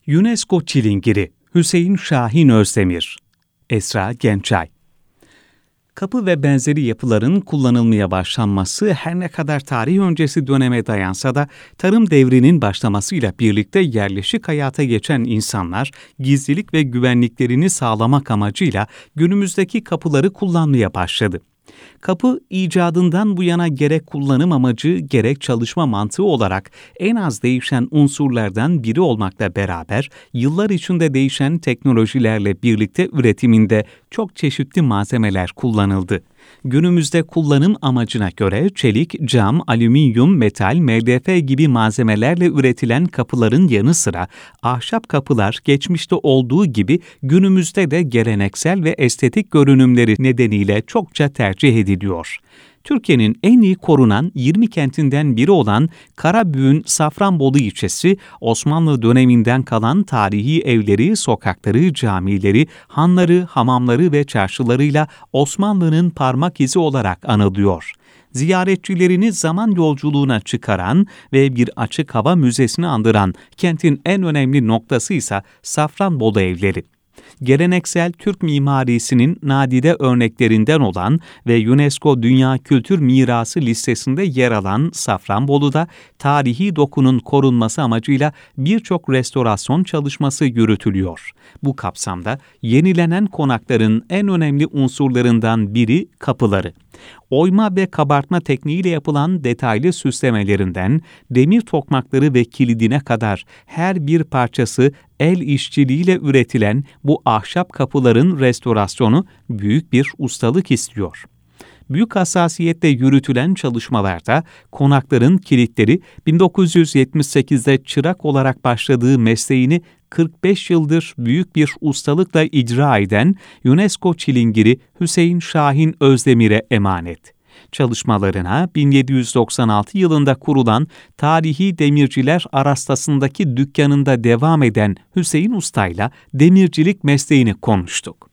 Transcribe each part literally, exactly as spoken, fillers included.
UNESCO Çilingiri Hüseyin Şahin Özdemir, Esra Gençay. Kapı ve benzeri yapıların kullanılmaya başlanması her ne kadar tarih öncesi döneme dayansa da tarım devrinin başlamasıyla birlikte yerleşik hayata geçen insanlar gizlilik ve güvenliklerini sağlamak amacıyla günümüzdeki kapıları kullanmaya başladı. Kapı icadından bu yana gerek kullanım amacı gerek çalışma mantığı olarak en az değişen unsurlardan biri olmakla beraber yıllar içinde değişen teknolojilerle birlikte üretiminde çok çeşitli malzemeler kullanıldı. Günümüzde kullanım amacına göre çelik, cam, alüminyum, metal, M D F gibi malzemelerle üretilen kapıların yanı sıra ahşap kapılar geçmişte olduğu gibi günümüzde de geleneksel ve estetik görünümleri nedeniyle çokça tercih ediliyor. Türkiye'nin en iyi korunan yirmi kentinden biri olan Karabük'ün Safranbolu ilçesi, Osmanlı döneminden kalan tarihi evleri, sokakları, camileri, hanları, hamamları ve çarşılarıyla Osmanlı'nın parmak izi olarak anılıyor. Ziyaretçilerini zaman yolculuğuna çıkaran ve bir açık hava müzesini andıran kentin en önemli noktası ise Safranbolu evleri. Geleneksel Türk mimarisinin nadide örneklerinden olan ve UNESCO Dünya Kültür Mirası listesinde yer alan Safranbolu'da tarihi dokunun korunması amacıyla birçok restorasyon çalışması yürütülüyor. Bu kapsamda yenilenen konakların en önemli unsurlarından biri kapıları. Oyma ve kabartma tekniğiyle yapılan detaylı süslemelerinden demir tokmakları ve kilidine kadar her bir parçası el işçiliğiyle üretilen bu ahşap kapıların restorasyonu büyük bir ustalık istiyor. Büyük hassasiyetle yürütülen çalışmalarda konakların kilitleri bin dokuz yüz yetmiş sekizde çırak olarak başladığı mesleğini kırk beş yıldır büyük bir ustalıkla icra eden UNESCO Çilingiri Hüseyin Şahin Özdemir'e emanet. Çalışmalarına bin yedi yüz doksan altı yılında kurulan Tarihi Demirciler Arastası'ndaki dükkanında devam eden Hüseyin Usta'yla demircilik mesleğini konuştuk.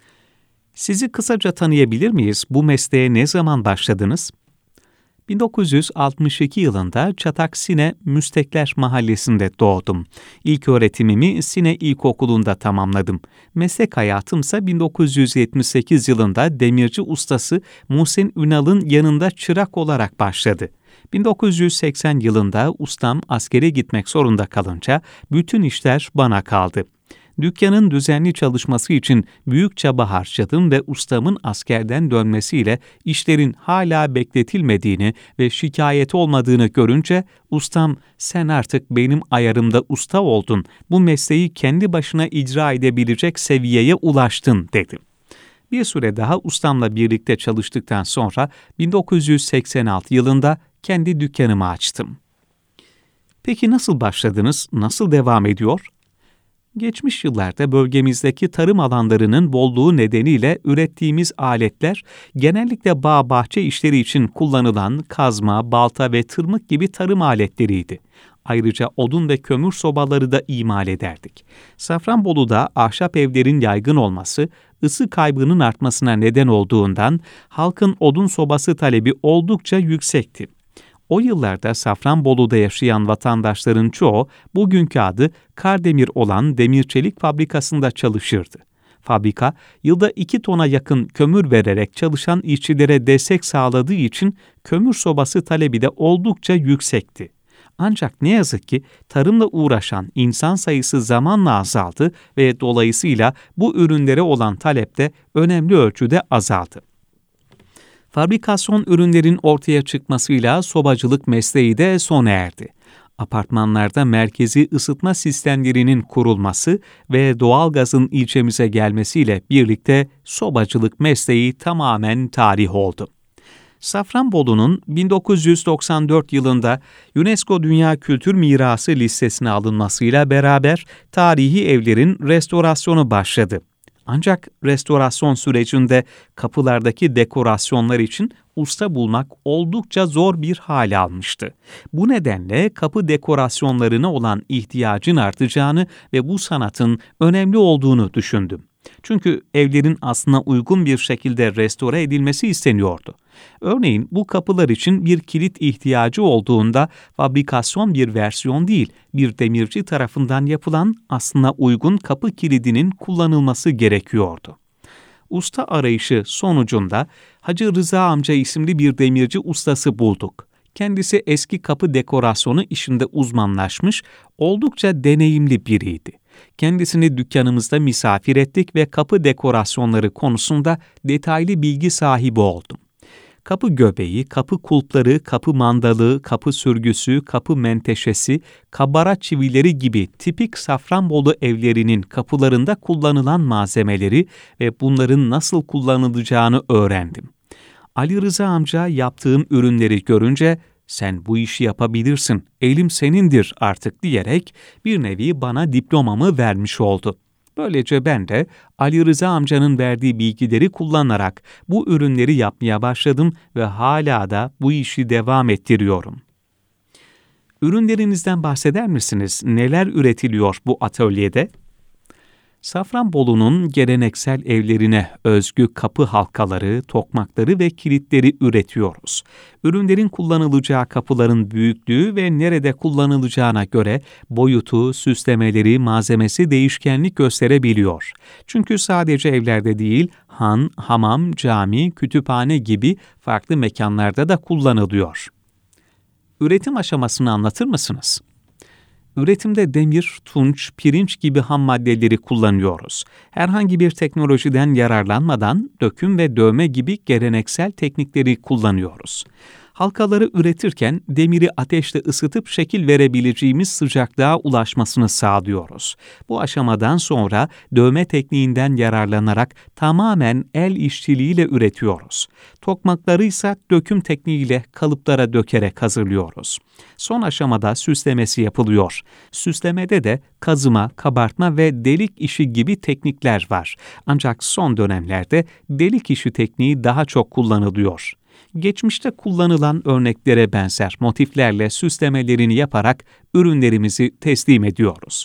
Sizi kısaca tanıyabilir miyiz? Bu mesleğe ne zaman başladınız? bin dokuz yüz altmış iki yılında Çatak Sine Müstekler Mahallesi'nde doğdum. İlk öğretimimi Sine İlkokulu'nda tamamladım. Meslek hayatımsa bin dokuz yüz yetmiş sekiz yılında demirci ustası Muhsin Ünal'ın yanında çırak olarak başladı. bin dokuz yüz seksen yılında ustam askere gitmek zorunda kalınca bütün işler bana kaldı. Dükkanın düzenli çalışması için büyük çaba harcadım ve ustamın askerden dönmesiyle işlerin hala bekletilmediğini ve şikayet olmadığını görünce ustam sen artık benim ayarımda usta oldun, bu mesleği kendi başına icra edebilecek seviyeye ulaştın dedi. Bir süre daha ustamla birlikte çalıştıktan sonra bin dokuz yüz seksen altı yılında kendi dükkanımı açtım. Peki nasıl başladınız, nasıl devam ediyor? Geçmiş yıllarda bölgemizdeki tarım alanlarının bolluğu nedeniyle ürettiğimiz aletler genellikle bağ bahçe işleri için kullanılan kazma, balta ve tırmık gibi tarım aletleriydi. Ayrıca odun ve kömür sobaları da imal ederdik. Safranbolu'da ahşap evlerin yaygın olması, ısı kaybının artmasına neden olduğundan halkın odun sobası talebi oldukça yüksekti. O yıllarda Safranbolu'da yaşayan vatandaşların çoğu bugünkü adı Kardemir olan demir çelik fabrikasında çalışırdı. Fabrika yılda iki tona yakın kömür vererek çalışan işçilere destek sağladığı için kömür sobası talebi de oldukça yüksekti. Ancak ne yazık ki tarımla uğraşan insan sayısı zamanla azaldı ve dolayısıyla bu ürünlere olan talep de önemli ölçüde azaldı. Fabrikasyon ürünlerin ortaya çıkmasıyla sobacılık mesleği de sona erdi. Apartmanlarda merkezi ısıtma sistemlerinin kurulması ve doğalgazın ilçemize gelmesiyle birlikte sobacılık mesleği tamamen tarih oldu. Safranbolu'nun bin dokuz yüz doksan dört yılında UNESCO Dünya Kültür Mirası listesine alınmasıyla beraber tarihi evlerin restorasyonu başladı. Ancak restorasyon sürecinde kapılardaki dekorasyonlar için usta bulmak oldukça zor bir hal almıştı. Bu nedenle kapı dekorasyonlarına olan ihtiyacın artacağını ve bu sanatın önemli olduğunu düşündüm. Çünkü evlerin aslına uygun bir şekilde restore edilmesi isteniyordu. Örneğin bu kapılar için bir kilit ihtiyacı olduğunda fabrikasyon bir versiyon değil, bir demirci tarafından yapılan aslına uygun kapı kilidinin kullanılması gerekiyordu. Usta arayışı sonucunda Hacı Rıza amca isimli bir demirci ustası bulduk. Kendisi eski kapı dekorasyonu işinde uzmanlaşmış, oldukça deneyimli biriydi. Kendisini dükkanımızda misafir ettik ve kapı dekorasyonları konusunda detaylı bilgi sahibi oldum. Kapı göbeği, kapı kulpları, kapı mandalı, kapı sürgüsü, kapı menteşesi, kabara çivileri gibi tipik Safranbolu evlerinin kapılarında kullanılan malzemeleri ve bunların nasıl kullanılacağını öğrendim. Ali Rıza amca yaptığım ürünleri görünce, "Sen bu işi yapabilirsin, elim senindir artık" diyerek bir nevi bana diplomamı vermiş oldu. Böylece ben de Ali Rıza amcanın verdiği bilgileri kullanarak bu ürünleri yapmaya başladım ve hala da bu işi devam ettiriyorum. Ürünlerinizden bahseder misiniz? Neler üretiliyor bu atölyede? Safranbolu'nun geleneksel evlerine özgü kapı halkaları, tokmakları ve kilitleri üretiyoruz. Ürünlerin kullanılacağı kapıların büyüklüğü ve nerede kullanılacağına göre boyutu, süslemeleri, malzemesi değişkenlik gösterebiliyor. Çünkü sadece evlerde değil, han, hamam, cami, kütüphane gibi farklı mekanlarda da kullanılıyor. Üretim aşamasını anlatır mısınız? Üretimde demir, tunç, pirinç gibi ham maddeleri kullanıyoruz. Herhangi bir teknolojiden yararlanmadan döküm ve dövme gibi geleneksel teknikleri kullanıyoruz. Halkaları üretirken demiri ateşte ısıtıp şekil verebileceğimiz sıcaklığa ulaşmasını sağlıyoruz. Bu aşamadan sonra dövme tekniğinden yararlanarak tamamen el işçiliğiyle üretiyoruz. Tokmakları ise döküm tekniğiyle kalıplara dökerek hazırlıyoruz. Son aşamada süslemesi yapılıyor. Süslemede de kazıma, kabartma ve delik işi gibi teknikler var. Ancak son dönemlerde delik işi tekniği daha çok kullanılıyor. Geçmişte kullanılan örneklere benzer motiflerle süslemelerini yaparak ürünlerimizi teslim ediyoruz.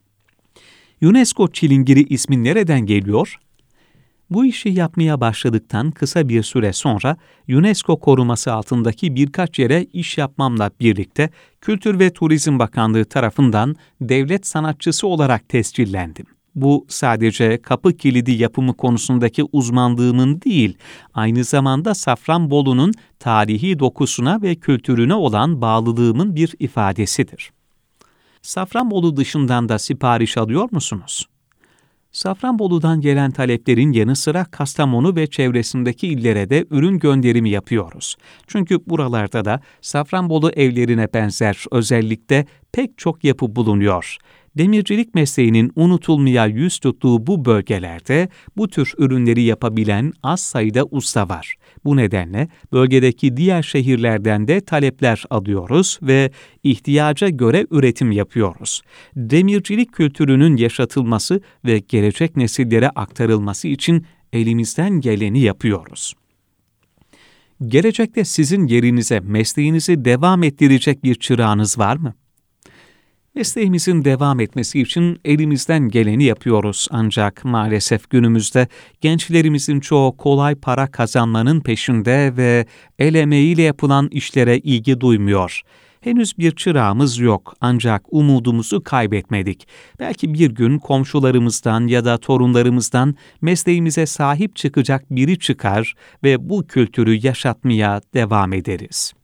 UNESCO Çilingiri ismi nereden geliyor? Bu işi yapmaya başladıktan kısa bir süre sonra UNESCO koruması altındaki birkaç yere iş yapmamla birlikte Kültür ve Turizm Bakanlığı tarafından devlet sanatçısı olarak tescillendim. Bu sadece kapı kilidi yapımı konusundaki uzmanlığımın değil, aynı zamanda Safranbolu'nun tarihi dokusuna ve kültürüne olan bağlılığımın bir ifadesidir. Safranbolu dışından da sipariş alıyor musunuz? Safranbolu'dan gelen taleplerin yanı sıra Kastamonu ve çevresindeki illere de ürün gönderimi yapıyoruz. Çünkü buralarda da Safranbolu evlerine benzer özellikle pek çok yapı bulunuyor. Demircilik mesleğinin unutulmaya yüz tuttuğu bu bölgelerde bu tür ürünleri yapabilen az sayıda usta var. Bu nedenle bölgedeki diğer şehirlerden de talepler alıyoruz ve ihtiyaca göre üretim yapıyoruz. Demircilik kültürünün yaşatılması ve gelecek nesillere aktarılması için elimizden geleni yapıyoruz. Gelecekte sizin yerinize mesleğinizi devam ettirecek bir çırağınız var mı? Mesleğimizin devam etmesi için elimizden geleni yapıyoruz ancak maalesef günümüzde gençlerimizin çoğu kolay para kazanmanın peşinde ve el emeğiyle yapılan işlere ilgi duymuyor. Henüz bir çırağımız yok ancak umudumuzu kaybetmedik. Belki bir gün komşularımızdan ya da torunlarımızdan mesleğimize sahip çıkacak biri çıkar ve bu kültürü yaşatmaya devam ederiz.